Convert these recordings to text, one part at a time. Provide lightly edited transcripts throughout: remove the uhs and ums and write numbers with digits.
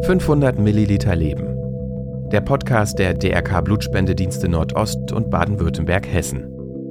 500 Milliliter Leben. Der Podcast der DRK Blutspendedienste Nordost und Baden-Württemberg-Hessen.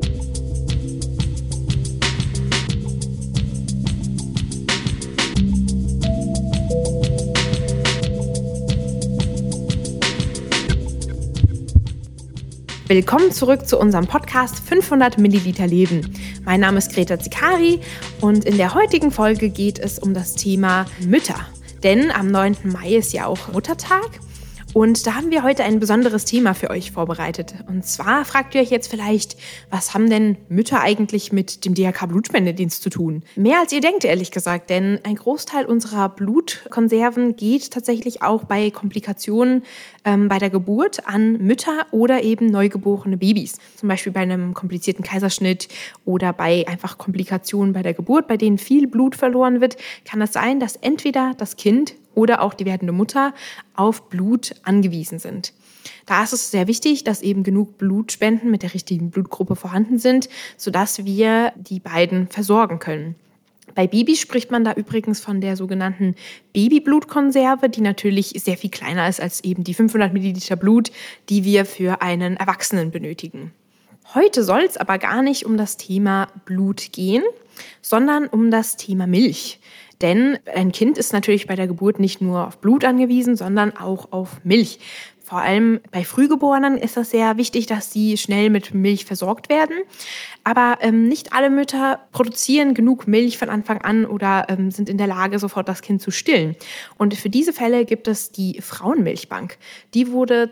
Willkommen zurück zu unserem Podcast 500 Milliliter Leben. Mein Name ist Greta Zikari und in der heutigen Folge geht es um das Thema Mütter. Denn am 9. Mai ist ja auch Muttertag und da haben wir heute ein besonderes Thema für euch vorbereitet. Und zwar fragt ihr euch jetzt vielleicht, was haben denn Mütter eigentlich mit dem DRK Blutspendedienst zu tun? Mehr als ihr denkt, ehrlich gesagt, denn ein Großteil unserer Blutkonserven geht tatsächlich auch bei Komplikationen bei der Geburt an Mütter oder eben neugeborene Babys. Zum Beispiel bei einem komplizierten Kaiserschnitt oder bei einfach Komplikationen bei der Geburt, bei denen viel Blut verloren wird, kann es sein, dass entweder das Kind oder auch die werdende Mutter auf Blut angewiesen sind. Da ist es sehr wichtig, dass eben genug Blutspenden mit der richtigen Blutgruppe vorhanden sind, sodass wir die beiden versorgen können. Bei Babys spricht man da übrigens von der sogenannten Babyblutkonserve, die natürlich sehr viel kleiner ist als eben die 500 Milliliter Blut, die wir für einen Erwachsenen benötigen. Heute soll es aber gar nicht um das Thema Blut gehen, sondern um das Thema Milch. Denn ein Kind ist natürlich bei der Geburt nicht nur auf Blut angewiesen, sondern auch auf Milch. Vor allem bei Frühgeborenen ist das sehr wichtig, dass sie schnell mit Milch versorgt werden. Aber nicht alle Mütter produzieren genug Milch von Anfang an oder sind in der Lage, sofort das Kind zu stillen. Und für diese Fälle gibt es die Frauenmilchbank. Die wurde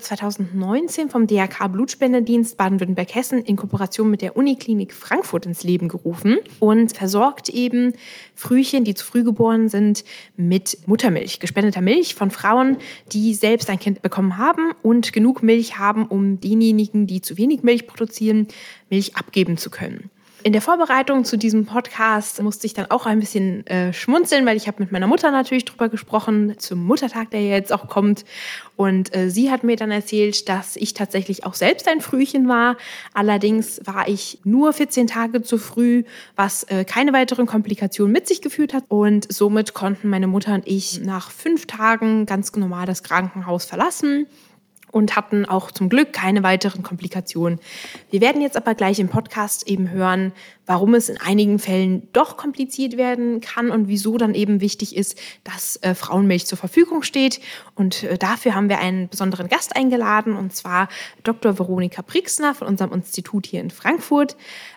2019 vom DRK Blutspendedienst Baden-Württemberg-Hessen in Kooperation mit der Uniklinik Frankfurt ins Leben gerufen und versorgt eben Frühchen, die zu früh geboren sind, mit Muttermilch, gespendeter Milch von Frauen, die selbst ein Kind bekommen haben und genug Milch haben, um denjenigen, die zu wenig Milch produzieren, Milch abgeben zu können. In der Vorbereitung zu diesem Podcast musste ich dann auch ein bisschen schmunzeln, weil ich habe mit meiner Mutter natürlich drüber gesprochen, zum Muttertag, der ja jetzt auch kommt. Und sie hat mir dann erzählt, dass ich tatsächlich auch selbst ein Frühchen war. Allerdings war ich nur 14 Tage zu früh, was keine weiteren Komplikationen mit sich geführt hat. Und somit konnten meine Mutter und ich nach 5 Tagen ganz normal das Krankenhaus verlassen und hatten auch zum Glück keine weiteren Komplikationen. Wir werden jetzt aber gleich im Podcast eben hören, warum es in einigen Fällen doch kompliziert werden kann und wieso dann eben wichtig ist, dass Frauenmilch zur Verfügung steht. Und dafür haben wir einen besonderen Gast eingeladen, und zwar Dr. Veronika Brixner von unserem Institut hier in Frankfurt.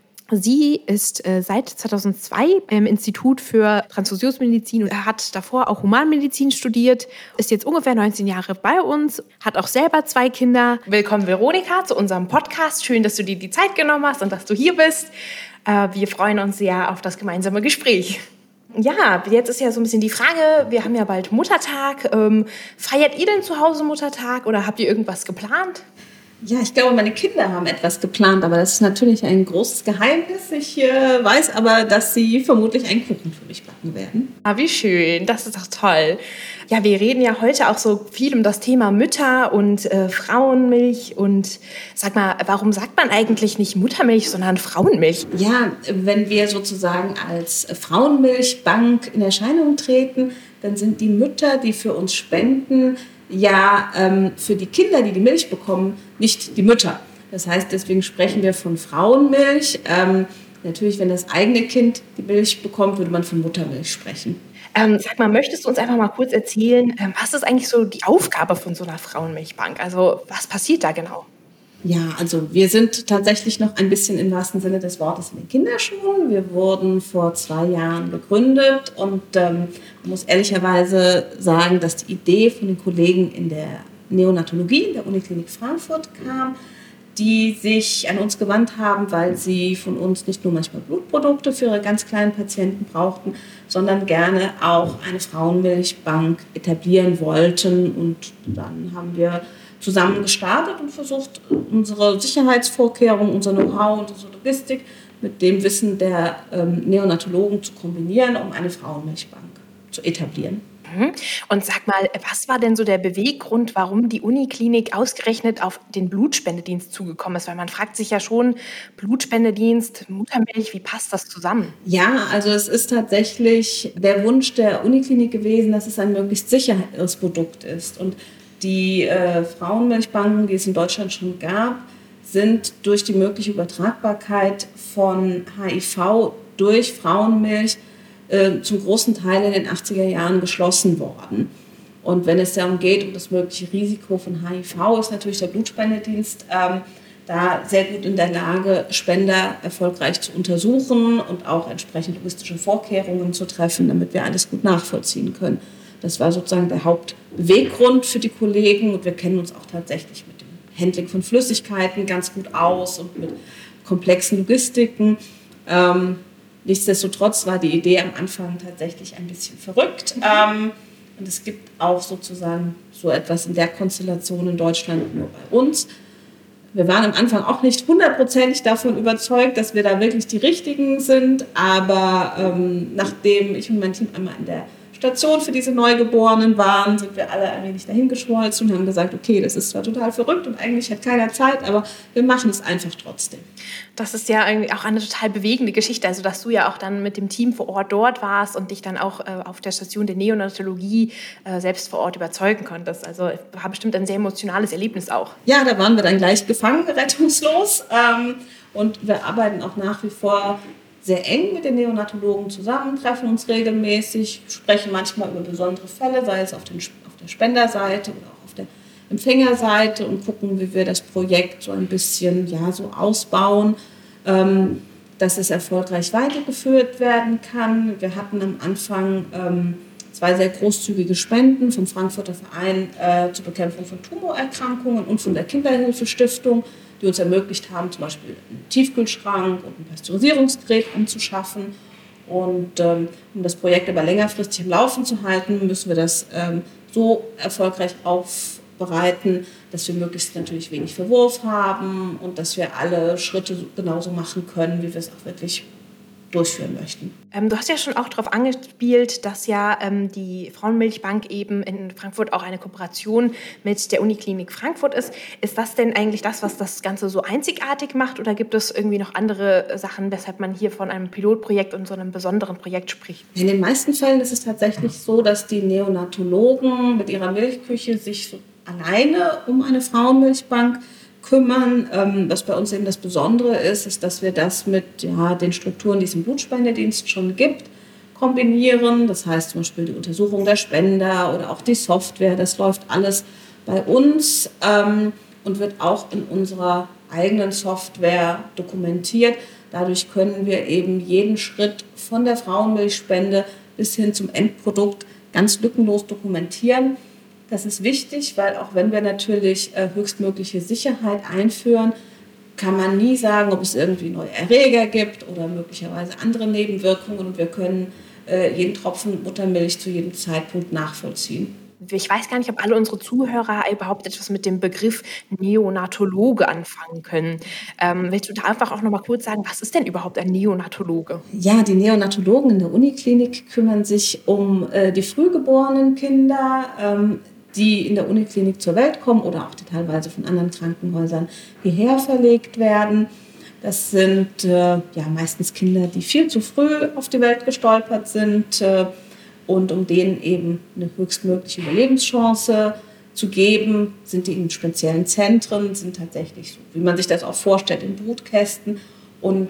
Sie ist seit 2002 im Institut für Transfusionsmedizin und hat davor auch Humanmedizin studiert, ist jetzt ungefähr 19 Jahre bei uns, hat auch selber 2 Kinder. Willkommen, Veronika, zu unserem Podcast. Schön, dass du dir die Zeit genommen hast und dass du hier bist. Wir freuen uns sehr auf das gemeinsame Gespräch. Ja, jetzt ist ja so ein bisschen die Frage, wir haben ja bald Muttertag. Feiert ihr denn zu Hause Muttertag oder habt ihr irgendwas geplant? Ja, ich glaube, meine Kinder haben etwas geplant, aber das ist natürlich ein großes Geheimnis. Ich weiß aber, dass sie vermutlich einen Kuchen für mich backen werden. Ah, wie schön, das ist doch toll. Ja, wir reden ja heute auch so viel um das Thema Mütter und Frauenmilch. Und sag mal, warum sagt man eigentlich nicht Muttermilch, sondern Frauenmilch? Ja, wenn wir sozusagen als Frauenmilchbank in Erscheinung treten, dann sind die Mütter, die für uns spenden, für die Kinder, die die Milch bekommen, nicht die Mütter. Das heißt, deswegen sprechen wir von Frauenmilch. Natürlich, wenn das eigene Kind die Milch bekommt, würde man von Muttermilch sprechen. Sag mal, möchtest du uns einfach mal kurz erzählen, was ist eigentlich so die Aufgabe von so einer Frauenmilchbank? Also was passiert da genau? Ja, also wir sind tatsächlich noch ein bisschen im wahrsten Sinne des Wortes in den Kinderschuhen. Wir wurden vor 2 Jahren gegründet und man muss ehrlicherweise sagen, dass die Idee von den Kollegen in der Neonatologie, in der Uniklinik Frankfurt kam, die sich an uns gewandt haben, weil sie von uns nicht nur manchmal Blutprodukte für ihre ganz kleinen Patienten brauchten, sondern gerne auch eine Frauenmilchbank etablieren wollten. Und dann haben wir zusammen gestartet und versucht, unsere Sicherheitsvorkehrungen, unser Know-how und unsere Logistik mit dem Wissen der Neonatologen zu kombinieren, um eine Frauenmilchbank zu etablieren. Und sag mal, was war denn so der Beweggrund, warum die Uniklinik ausgerechnet auf den Blutspendedienst zugekommen ist? Weil man fragt sich ja schon, Blutspendedienst, Muttermilch, wie passt das zusammen? Ja, also es ist tatsächlich der Wunsch der Uniklinik gewesen, dass es ein möglichst sicheres Produkt ist. Und die Frauenmilchbanken, die es in Deutschland schon gab, sind durch die mögliche Übertragbarkeit von HIV durch Frauenmilch zum großen Teil in den 80er Jahren geschlossen worden. Und wenn es darum geht, um das mögliche Risiko von HIV, ist natürlich der Blutspendedienst da sehr gut in der Lage, Spender erfolgreich zu untersuchen und auch entsprechend logistische Vorkehrungen zu treffen, damit wir alles gut nachvollziehen können. Das war sozusagen der Hauptbeweggrund für die Kollegen und wir kennen uns auch tatsächlich mit dem Handling von Flüssigkeiten ganz gut aus und mit komplexen Logistiken. Nichtsdestotrotz war die Idee am Anfang tatsächlich ein bisschen verrückt. Und es gibt auch sozusagen so etwas in der Konstellation in Deutschland nur bei uns. Wir waren am Anfang auch nicht 100% davon überzeugt, dass wir da wirklich die Richtigen sind. Aber nachdem ich und mein Team einmal in der Station für diese Neugeborenen waren, sind wir alle ein wenig dahin geschmolzen und haben gesagt, okay, das ist zwar total verrückt und eigentlich hat keiner Zeit, aber wir machen es einfach trotzdem. Das ist ja irgendwie auch eine total bewegende Geschichte, also dass du ja auch dann mit dem Team vor Ort dort warst und dich dann auch auf der Station der Neonatologie selbst vor Ort überzeugen konntest. Also war bestimmt ein sehr emotionales Erlebnis auch. Ja, da waren wir dann gleich gefangen, rettungslos. Und wir arbeiten auch nach wie vor sehr eng mit den Neonatologen zusammen, treffen uns regelmäßig, sprechen manchmal über besondere Fälle, sei es auf der Spenderseite oder auch auf der Empfängerseite und gucken, wie wir das Projekt so ein bisschen so ausbauen, dass es erfolgreich weitergeführt werden kann. Wir hatten am Anfang 2 sehr großzügige Spenden vom Frankfurter Verein zur Bekämpfung von Tumorerkrankungen und von der Kinderhilfestiftung, die uns ermöglicht haben, zum Beispiel einen Tiefkühlschrank und ein Pasteurisierungsgerät anzuschaffen. Und um das Projekt aber längerfristig am Laufen zu halten, müssen wir das so erfolgreich aufbereiten, dass wir möglichst natürlich wenig Verwurf haben und dass wir alle Schritte genauso machen können, wie wir es auch wirklich durchführen möchten. Du hast ja schon auch darauf angespielt, dass ja die Frauenmilchbank eben in Frankfurt auch eine Kooperation mit der Uniklinik Frankfurt ist. Ist das denn eigentlich das, was das Ganze so einzigartig macht oder gibt es irgendwie noch andere Sachen, weshalb man hier von einem Pilotprojekt und so einem besonderen Projekt spricht? In den meisten Fällen ist es tatsächlich so, dass die Neonatologen mit ihrer Milchküche sich so alleine um eine Frauenmilchbank kümmern. Was bei uns eben das Besondere ist, dass wir das mit den Strukturen, die es im Blutspendedienst schon gibt, kombinieren. Das heißt zum Beispiel die Untersuchung der Spender oder auch die Software. Das läuft alles bei uns und wird auch in unserer eigenen Software dokumentiert. Dadurch können wir eben jeden Schritt von der Frauenmilchspende bis hin zum Endprodukt ganz lückenlos dokumentieren. Das ist wichtig, weil auch wenn wir natürlich höchstmögliche Sicherheit einführen, kann man nie sagen, ob es irgendwie neue Erreger gibt oder möglicherweise andere Nebenwirkungen. Und wir können jeden Tropfen Muttermilch zu jedem Zeitpunkt nachvollziehen. Ich weiß gar nicht, ob alle unsere Zuhörer überhaupt etwas mit dem Begriff Neonatologe anfangen können. Willst du da einfach auch noch mal kurz sagen, was ist denn überhaupt ein Neonatologe? Ja, die Neonatologen in der Uniklinik kümmern sich um die frühgeborenen Kinder, die in der Uniklinik zur Welt kommen oder auch die teilweise von anderen Krankenhäusern hierher verlegt werden. Das sind meistens Kinder, die viel zu früh auf die Welt gestolpert sind und um denen eben eine höchstmögliche Überlebenschance zu geben, sind die in speziellen Zentren, sind tatsächlich so, wie man sich das auch vorstellt, in Brutkästen. Und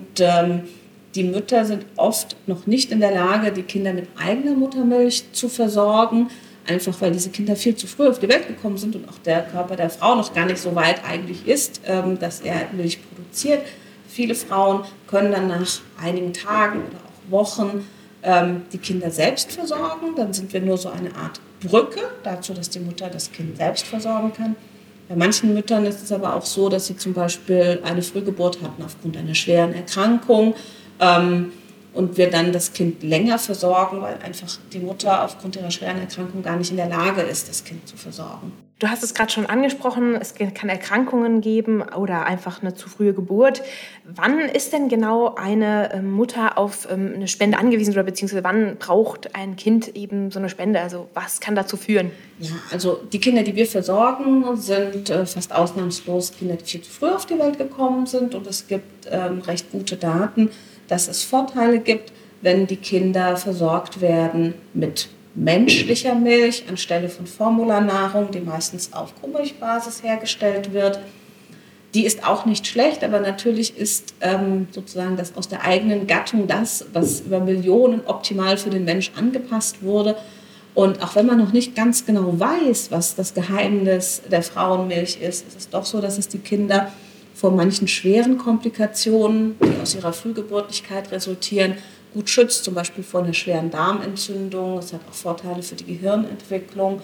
die Mütter sind oft noch nicht in der Lage, die Kinder mit eigener Muttermilch zu versorgen, einfach weil diese Kinder viel zu früh auf die Welt gekommen sind und auch der Körper der Frau noch gar nicht so weit eigentlich ist, dass er Milch produziert. Viele Frauen können dann nach einigen Tagen oder auch Wochen die Kinder selbst versorgen. Dann sind wir nur so eine Art Brücke dazu, dass die Mutter das Kind selbst versorgen kann. Bei manchen Müttern ist es aber auch so, dass sie zum Beispiel eine Frühgeburt hatten aufgrund einer schweren Erkrankung und wir dann das Kind länger versorgen, weil einfach die Mutter aufgrund ihrer schweren Erkrankung gar nicht in der Lage ist, das Kind zu versorgen. Du hast es gerade schon angesprochen, es kann Erkrankungen geben oder einfach eine zu frühe Geburt. Wann ist denn genau eine Mutter auf eine Spende angewiesen oder beziehungsweise wann braucht ein Kind eben so eine Spende? Also was kann dazu führen? Ja, also die Kinder, die wir versorgen, sind fast ausnahmslos Kinder, die viel zu früh auf die Welt gekommen sind. Und es gibt recht gute Daten, dass es Vorteile gibt, wenn die Kinder versorgt werden mit menschlicher Milch anstelle von Formularnahrung, die meistens auf Kuhmilchbasis hergestellt wird. Die ist auch nicht schlecht, aber natürlich ist sozusagen das aus der eigenen Gattung das, was über Millionen optimal für den Mensch angepasst wurde. Und auch wenn man noch nicht ganz genau weiß, was das Geheimnis der Frauenmilch ist, ist es doch so, dass es die Kinder vor manchen schweren Komplikationen, die aus ihrer Frühgeburtlichkeit resultieren, gut schützt, zum Beispiel vor einer schweren Darmentzündung. Es hat auch Vorteile für die Gehirnentwicklung.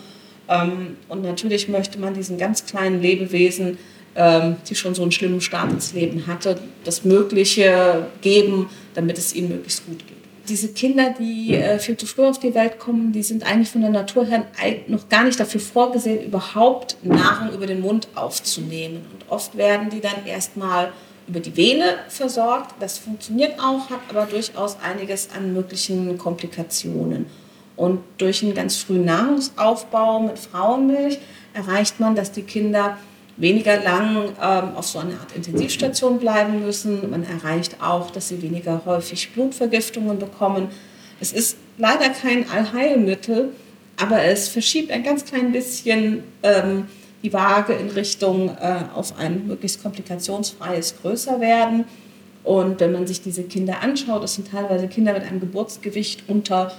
Und natürlich möchte man diesen ganz kleinen Lebewesen, die schon so einen schlimmen Start ins Leben hatte, das Mögliche geben, damit es ihnen möglichst gut geht. Diese Kinder, die viel zu früh auf die Welt kommen, die sind eigentlich von der Natur her noch gar nicht dafür vorgesehen, überhaupt Nahrung über den Mund aufzunehmen. Und oft werden die dann erstmal über die Vene versorgt. Das funktioniert auch, hat aber durchaus einiges an möglichen Komplikationen. Und durch einen ganz frühen Nahrungsaufbau mit Frauenmilch erreicht man, dass die Kinder weniger lang auf so einer Art Intensivstation bleiben müssen. Man erreicht auch, dass sie weniger häufig Blutvergiftungen bekommen. Es ist leider kein Allheilmittel, aber es verschiebt ein ganz klein bisschen die Waage in Richtung auf ein möglichst komplikationsfreies Größerwerden. Und wenn man sich diese Kinder anschaut, das sind teilweise Kinder mit einem Geburtsgewicht unter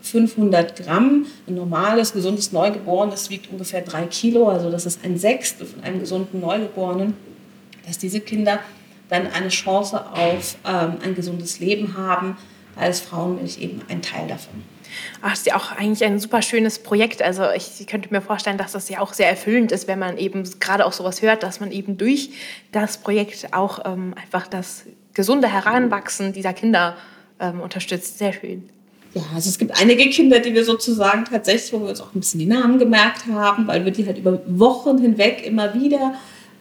500 Gramm. Ein normales, gesundes Neugeborenes wiegt ungefähr 3 Kilo, also das ist ein Sechstel von einem gesunden Neugeborenen, dass diese Kinder dann eine Chance auf ein gesundes Leben haben. Da ist Frauenmilch eben ein Teil davon. Das ist ja auch eigentlich ein super schönes Projekt. Also ich könnte mir vorstellen, dass das ja auch sehr erfüllend ist, wenn man eben gerade auch sowas hört, dass man eben durch das Projekt auch einfach das gesunde Heranwachsen dieser Kinder unterstützt. Sehr schön. Ja, also es gibt einige Kinder, die wir sozusagen tatsächlich, wo wir uns auch ein bisschen die Namen gemerkt haben, weil wir die halt über Wochen hinweg immer wieder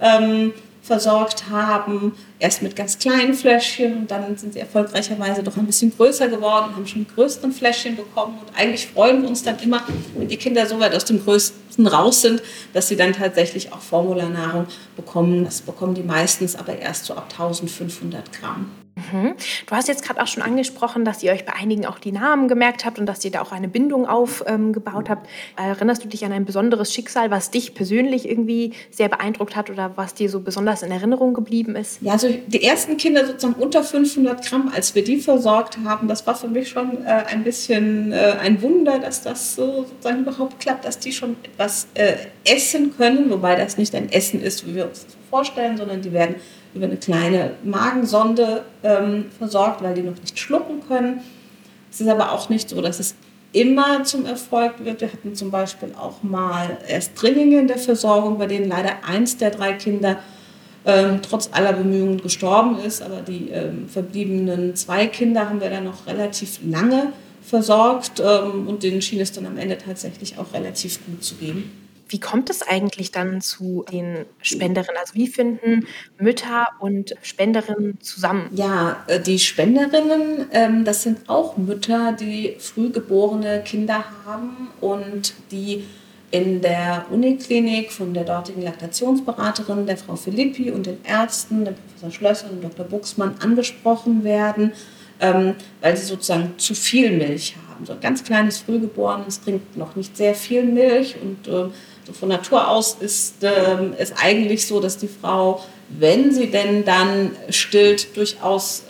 versorgt haben. Erst mit ganz kleinen Fläschchen und dann sind sie erfolgreicherweise doch ein bisschen größer geworden und haben schon die größeren Fläschchen bekommen. Und eigentlich freuen wir uns dann immer, wenn die Kinder so weit aus dem Größten raus sind, dass sie dann tatsächlich auch Formularnahrung bekommen. Das bekommen die meistens aber erst so ab 1500 Gramm. Du hast jetzt gerade auch schon angesprochen, dass ihr euch bei einigen auch die Namen gemerkt habt und dass ihr da auch eine Bindung aufgebaut habt. Erinnerst du dich an ein besonderes Schicksal, was dich persönlich irgendwie sehr beeindruckt hat oder was dir so besonders in Erinnerung geblieben ist? Ja, also die ersten Kinder sozusagen unter 500 Gramm, als wir die versorgt haben, das war für mich schon ein bisschen ein Wunder, dass das so sozusagen überhaupt klappt, dass die schon etwas essen können, wobei das nicht ein Essen ist, wie wir uns das vorstellen, sondern die werden über eine kleine Magensonde versorgt, weil die noch nicht schlucken können. Es ist aber auch nicht so, dass es immer zum Erfolg wird. Wir hatten zum Beispiel auch mal erst Drillinge in der Versorgung, bei denen leider eins der 3 Kinder trotz aller Bemühungen gestorben ist. Aber die verbliebenen 2 Kinder haben wir dann noch relativ lange versorgt und denen schien es dann am Ende tatsächlich auch relativ gut zu gehen. Wie kommt es eigentlich dann zu den Spenderinnen? Also wie finden Mütter und Spenderinnen zusammen? Ja, die Spenderinnen, das sind auch Mütter, die frühgeborene Kinder haben und die in der Uniklinik von der dortigen Laktationsberaterin, der Frau Filippi und den Ärzten, dem Professor Schlösser und Dr. Buchsmann angesprochen werden, weil sie sozusagen zu viel Milch haben. So ein ganz kleines Frühgeborenes trinkt noch nicht sehr viel Milch und so von Natur aus ist es eigentlich so, dass die Frau, wenn sie denn dann stillt, durchaus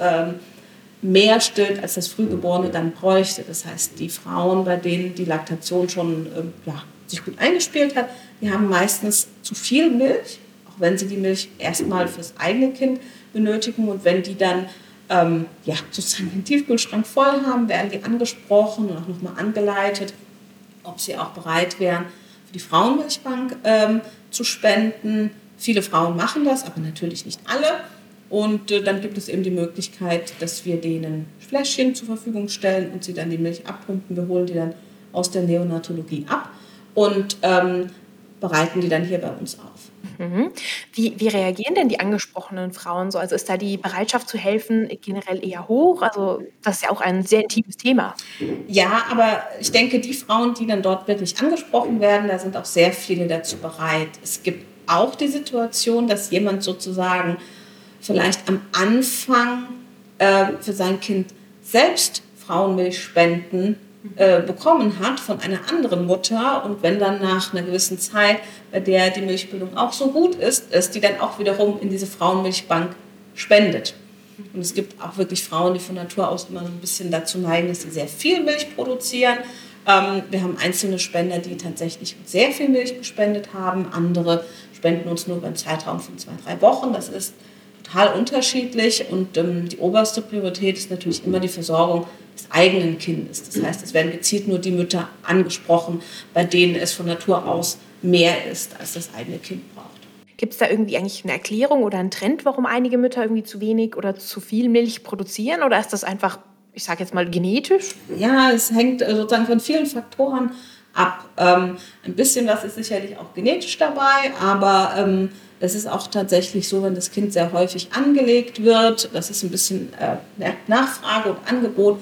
mehr stillt, als das Frühgeborene dann bräuchte. Das heißt, die Frauen, bei denen die Laktation schon sich gut eingespielt hat, die haben meistens zu viel Milch, auch wenn sie die Milch erstmal fürs eigene Kind benötigen. Und wenn die dann sozusagen den Tiefkühlschrank voll haben, werden die angesprochen und auch nochmal angeleitet, ob sie auch bereit wären, für die Frauenmilchbank zu spenden. Viele Frauen machen das, aber natürlich nicht alle. Und dann gibt es eben die Möglichkeit, dass wir denen Fläschchen zur Verfügung stellen und sie dann die Milch abpumpen. Wir holen die dann aus der Neonatologie ab und bereiten die dann hier bei uns auf. Mhm. Wie reagieren denn die angesprochenen Frauen so? Also ist da die Bereitschaft zu helfen generell eher hoch? Also das ist ja auch ein sehr intimes Thema. Ja, aber ich denke, die Frauen, die dann dort wirklich angesprochen werden, da sind auch sehr viele dazu bereit. Es gibt auch die Situation, dass jemand sozusagen vielleicht am Anfang für sein Kind selbst Frauenmilchspenden bekommen hat von einer anderen Mutter und wenn dann nach einer gewissen Zeit, bei der die Milchbildung auch so gut ist, die dann auch wiederum in diese Frauenmilchbank spendet. Und es gibt auch wirklich Frauen, die von Natur aus immer so ein bisschen dazu neigen, dass sie sehr viel Milch produzieren. Wir haben einzelne Spender, die tatsächlich sehr viel Milch gespendet haben. Andere spenden uns nur über einen Zeitraum von 2-3 Wochen. Das ist total unterschiedlich und die oberste Priorität ist natürlich immer die Versorgung des eigenen Kindes. Das heißt, es werden gezielt nur die Mütter angesprochen, bei denen es von Natur aus mehr ist, als das eigene Kind braucht. Gibt es da irgendwie eigentlich eine Erklärung oder einen Trend, warum einige Mütter irgendwie zu wenig oder zu viel Milch produzieren? Oder ist das einfach, ich sage jetzt mal, genetisch? Ja, es hängt sozusagen von vielen Faktoren ab. Ein bisschen was ist sicherlich auch genetisch dabei, aber es ist auch tatsächlich so, wenn das Kind sehr häufig angelegt wird, das ist ein bisschen Nachfrage und Angebot,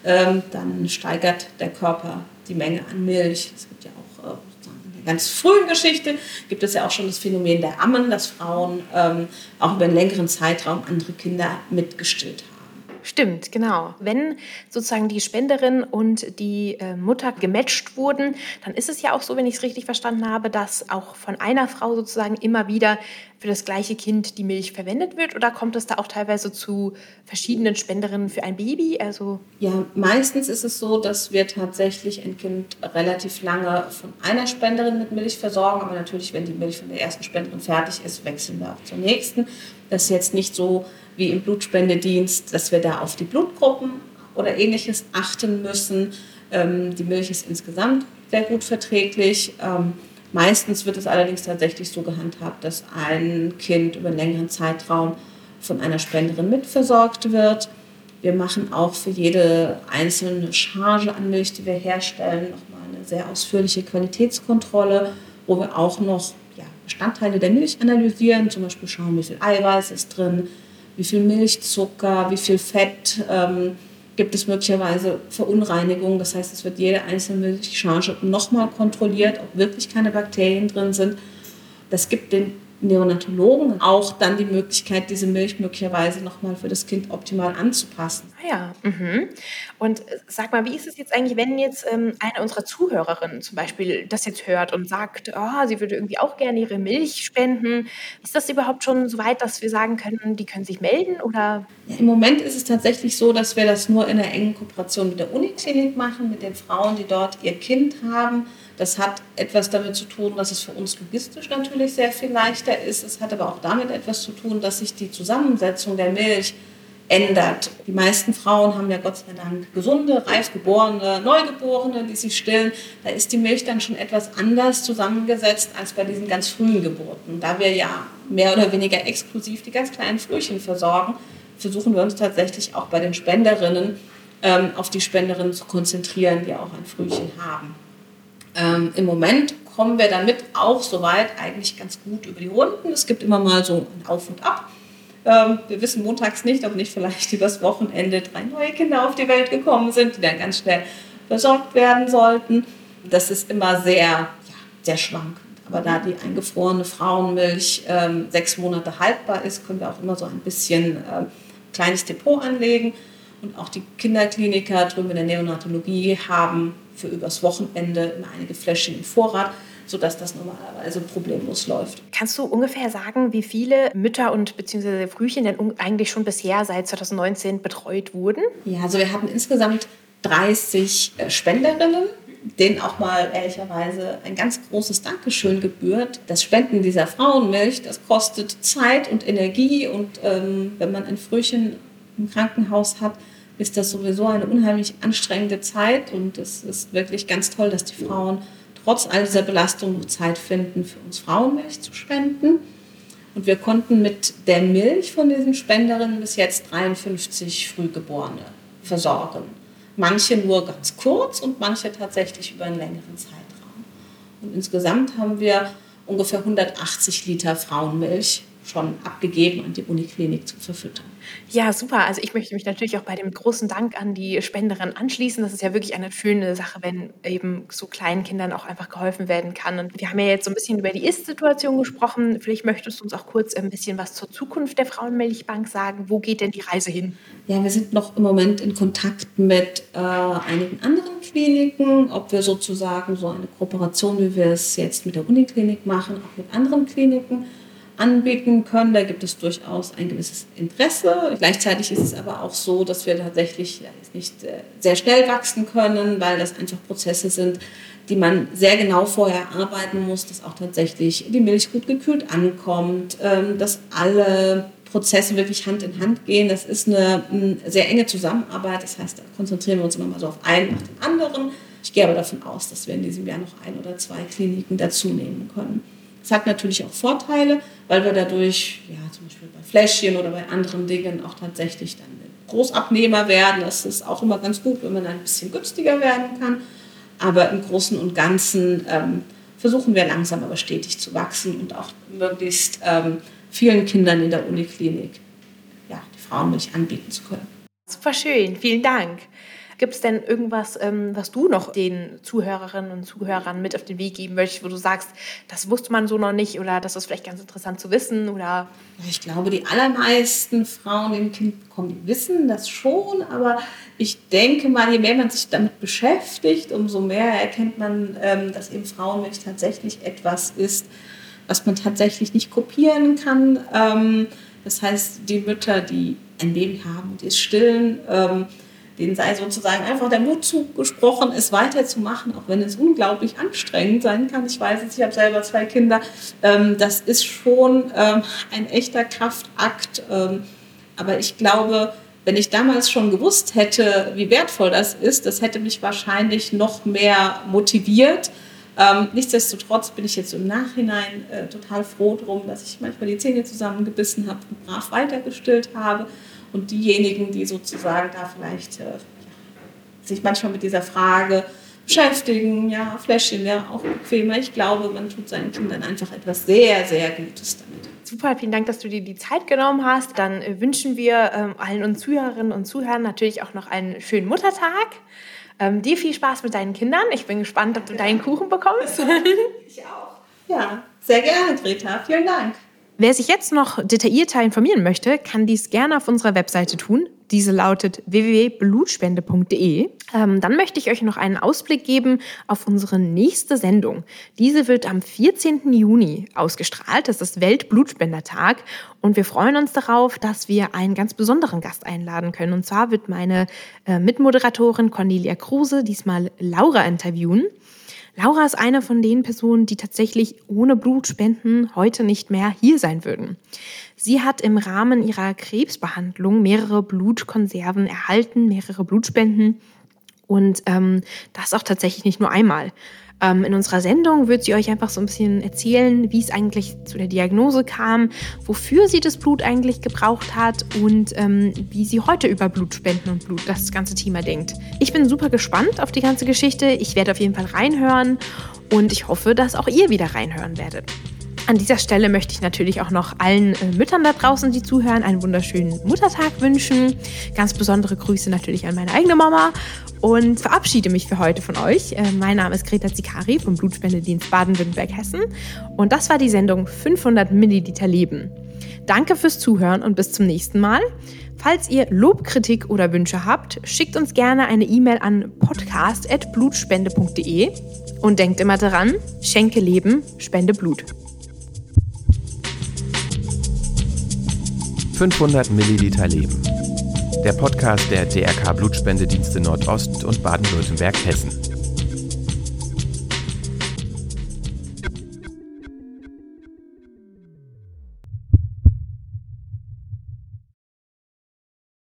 dann steigert der Körper die Menge an Milch. Es gibt ja auch in der ganz frühen Geschichte, gibt es ja auch schon das Phänomen der Ammen, dass Frauen auch über einen längeren Zeitraum andere Kinder mitgestillt haben. Stimmt, genau. Wenn sozusagen die Spenderin und die Mutter gematcht wurden, dann ist es ja auch so, wenn ich es richtig verstanden habe, dass auch von einer Frau sozusagen immer wieder für das gleiche Kind die Milch verwendet wird? Oder kommt es da auch teilweise zu verschiedenen Spenderinnen für ein Baby? Also ja, meistens ist es so, dass wir tatsächlich ein Kind relativ lange von einer Spenderin mit Milch versorgen. Aber natürlich, wenn die Milch von der ersten Spenderin fertig ist, wechseln wir auch zur nächsten. Das ist jetzt nicht so wie im Blutspendedienst, dass wir da auf die Blutgruppen oder Ähnliches achten müssen. Die Milch ist insgesamt sehr gut verträglich. Meistens wird es allerdings tatsächlich so gehandhabt, dass ein Kind über einen längeren Zeitraum von einer Spenderin mitversorgt wird. Wir machen auch für jede einzelne Charge an Milch, die wir herstellen, nochmal eine sehr ausführliche Qualitätskontrolle, wo wir auch noch Bestandteile der Milch analysieren, zum Beispiel schauen, wie viel Eiweiß ist drin, wie viel Milchzucker, wie viel Fett, gibt es möglicherweise Verunreinigungen. Das heißt, es wird jede einzelne Milchcharge nochmal kontrolliert, ob wirklich keine Bakterien drin sind. Das gibt den Neonatologen auch dann die Möglichkeit, diese Milch möglicherweise nochmal für das Kind optimal anzupassen. Ah ja, mhm. Und sag mal, wie ist es jetzt eigentlich, wenn jetzt eine unserer Zuhörerinnen zum Beispiel das jetzt hört und sagt, sie würde irgendwie auch gerne ihre Milch spenden. Ist das überhaupt schon so weit, dass wir sagen können, die können sich melden? Oder? Ja, im Moment ist es tatsächlich so, dass wir das nur in einer engen Kooperation mit der Uniklinik machen, mit den Frauen, die dort ihr Kind haben. Das hat etwas damit zu tun, dass es für uns logistisch natürlich sehr viel leichter ist. Es hat aber auch damit etwas zu tun, dass sich die Zusammensetzung der Milch ändert. Die meisten Frauen haben ja Gott sei Dank gesunde, reif geborene, Neugeborene, die sie stillen. Da ist die Milch dann schon etwas anders zusammengesetzt als bei diesen ganz frühen Geburten. Da wir ja mehr oder weniger exklusiv die ganz kleinen Frühchen versorgen, versuchen wir uns tatsächlich auch bei den Spenderinnen auf die Spenderinnen zu konzentrieren, die auch ein Frühchen haben. Im Moment kommen wir damit auch soweit eigentlich ganz gut über die Runden. Es gibt immer mal so ein Auf und Ab. Wir wissen montags nicht, ob nicht vielleicht übers Wochenende 3 neue Kinder auf die Welt gekommen sind, die dann ganz schnell versorgt werden sollten. Das ist immer sehr schwankend. Aber da die eingefrorene Frauenmilch 6 Monate haltbar ist, können wir auch immer so ein bisschen kleines Depot anlegen. Und auch die Kinderkliniker drüben in der Neonatologie haben für übers Wochenende immer einige Fläschchen im Vorrat, sodass das normalerweise problemlos läuft. Kannst du ungefähr sagen, wie viele Mütter und beziehungsweise Frühchen denn eigentlich schon bisher seit 2019 betreut wurden? Ja, also wir hatten insgesamt 30 Spenderinnen, denen auch mal ehrlicherweise ein ganz großes Dankeschön gebührt. Das Spenden dieser Frauenmilch, das kostet Zeit und Energie und wenn man ein Frühchen im Krankenhaus hat, ist das sowieso eine unheimlich anstrengende Zeit und es ist wirklich ganz toll, dass die Frauen trotz all dieser Belastung noch Zeit finden, für uns Frauenmilch zu spenden. Und wir konnten mit der Milch von diesen Spenderinnen bis jetzt 53 Frühgeborene versorgen. Manche nur ganz kurz und manche tatsächlich über einen längeren Zeitraum. Und insgesamt haben wir ungefähr 180 Liter Frauenmilch schon abgegeben an die Uniklinik zum Verfüttern. Ja, super. Also ich möchte mich natürlich auch bei dem großen Dank an die Spenderin anschließen. Das ist ja wirklich eine schöne Sache, wenn eben so kleinen Kindern auch einfach geholfen werden kann. Und wir haben ja jetzt so ein bisschen über die Ist-Situation gesprochen. Vielleicht möchtest du uns auch kurz ein bisschen was zur Zukunft der Frauenmilchbank sagen. Wo geht denn die Reise hin? Ja, wir sind noch im Moment in Kontakt mit einigen anderen Kliniken, ob wir sozusagen so eine Kooperation, wie wir es jetzt mit der Uniklinik machen, auch mit anderen Kliniken anbieten können. Da gibt es durchaus ein gewisses Interesse. Gleichzeitig ist es aber auch so, dass wir tatsächlich nicht sehr schnell wachsen können, weil das einfach Prozesse sind, die man sehr genau vorher arbeiten muss, dass auch tatsächlich die Milch gut gekühlt ankommt, dass alle Prozesse wirklich Hand in Hand gehen. Das ist eine sehr enge Zusammenarbeit. Das heißt, da konzentrieren wir uns immer mal so auf einen nach dem anderen. Ich gehe aber davon aus, dass wir in diesem Jahr noch 1 oder 2 Kliniken dazu nehmen können. Das hat natürlich auch Vorteile, weil wir dadurch, ja, zum Beispiel bei Fläschchen oder bei anderen Dingen auch tatsächlich dann Großabnehmer werden. Das ist auch immer ganz gut, wenn man ein bisschen günstiger werden kann. Aber im Großen und Ganzen versuchen wir langsam aber stetig zu wachsen und auch möglichst vielen Kindern in der Uniklinik die Frauenmilch anbieten zu können. Super schön, vielen Dank. Gibt es denn irgendwas, was du noch den Zuhörerinnen und Zuhörern mit auf den Weg geben möchtest, wo du sagst, das wusste man so noch nicht oder das ist vielleicht ganz interessant zu wissen? Oder? Ich glaube, die allermeisten Frauen, die ein Kind bekommen, die wissen das schon, aber ich denke mal, je mehr man sich damit beschäftigt, umso mehr erkennt man, dass eben Frauenmilch tatsächlich etwas ist, was man tatsächlich nicht kopieren kann. Das heißt, die Mütter, die ein Baby haben und es stillen, denen sei sozusagen einfach der Mut zugesprochen, es weiterzumachen, auch wenn es unglaublich anstrengend sein kann. Ich weiß es, ich habe selber 2 Kinder. Das ist schon ein echter Kraftakt. Aber ich glaube, wenn ich damals schon gewusst hätte, wie wertvoll das hätte mich wahrscheinlich noch mehr motiviert. Nichtsdestotrotz bin ich jetzt im Nachhinein total froh drum, dass ich manchmal die Zähne zusammengebissen habe und brav weitergestillt habe. Und diejenigen, die sozusagen da vielleicht sich manchmal mit dieser Frage beschäftigen, ja, Fläschchen wäre auch bequemer. Ich glaube, man tut seinen Kindern einfach etwas sehr, sehr Gutes damit. Super, vielen Dank, dass du dir die Zeit genommen hast. Dann wünschen wir allen uns Zuhörerinnen und Zuhörern natürlich auch noch einen schönen Muttertag. Dir viel Spaß mit deinen Kindern. Ich bin gespannt, ob du deinen Kuchen bekommst. Ich auch. Ja, sehr gerne, Greta. Vielen Dank. Wer sich jetzt noch detaillierter informieren möchte, kann dies gerne auf unserer Webseite tun. Diese lautet www.blutspende.de. Dann möchte ich euch noch einen Ausblick geben auf unsere nächste Sendung. Diese wird am 14. Juni ausgestrahlt. Das ist Weltblutspendertag. Und wir freuen uns darauf, dass wir einen ganz besonderen Gast einladen können. Und zwar wird meine Mitmoderatorin Cornelia Kruse diesmal Laura interviewen. Laura ist eine von den Personen, die tatsächlich ohne Blutspenden heute nicht mehr hier sein würden. Sie hat im Rahmen ihrer Krebsbehandlung mehrere Blutkonserven erhalten, mehrere Blutspenden und das auch tatsächlich nicht nur einmal. In unserer Sendung wird sie euch einfach so ein bisschen erzählen, wie es eigentlich zu der Diagnose kam, wofür sie das Blut eigentlich gebraucht hat und wie sie heute über Blutspenden und Blut, das ganze Thema denkt. Ich bin super gespannt auf die ganze Geschichte. Ich werde auf jeden Fall reinhören und ich hoffe, dass auch ihr wieder reinhören werdet. An dieser Stelle möchte ich natürlich auch noch allen Müttern da draußen, die zuhören, einen wunderschönen Muttertag wünschen. Ganz besondere Grüße natürlich an meine eigene Mama und verabschiede mich für heute von euch. Mein Name ist Greta Zikari vom Blutspendedienst Baden-Württemberg-Hessen und das war die Sendung 500 Milliliter Leben. Danke fürs Zuhören und bis zum nächsten Mal. Falls ihr Lob, Kritik oder Wünsche habt, schickt uns gerne eine E-Mail an podcast@blutspende.de und denkt immer daran, schenke Leben, spende Blut. 500 Milliliter Leben. Der Podcast der DRK Blutspendedienste Nordost und Baden-Württemberg-Hessen.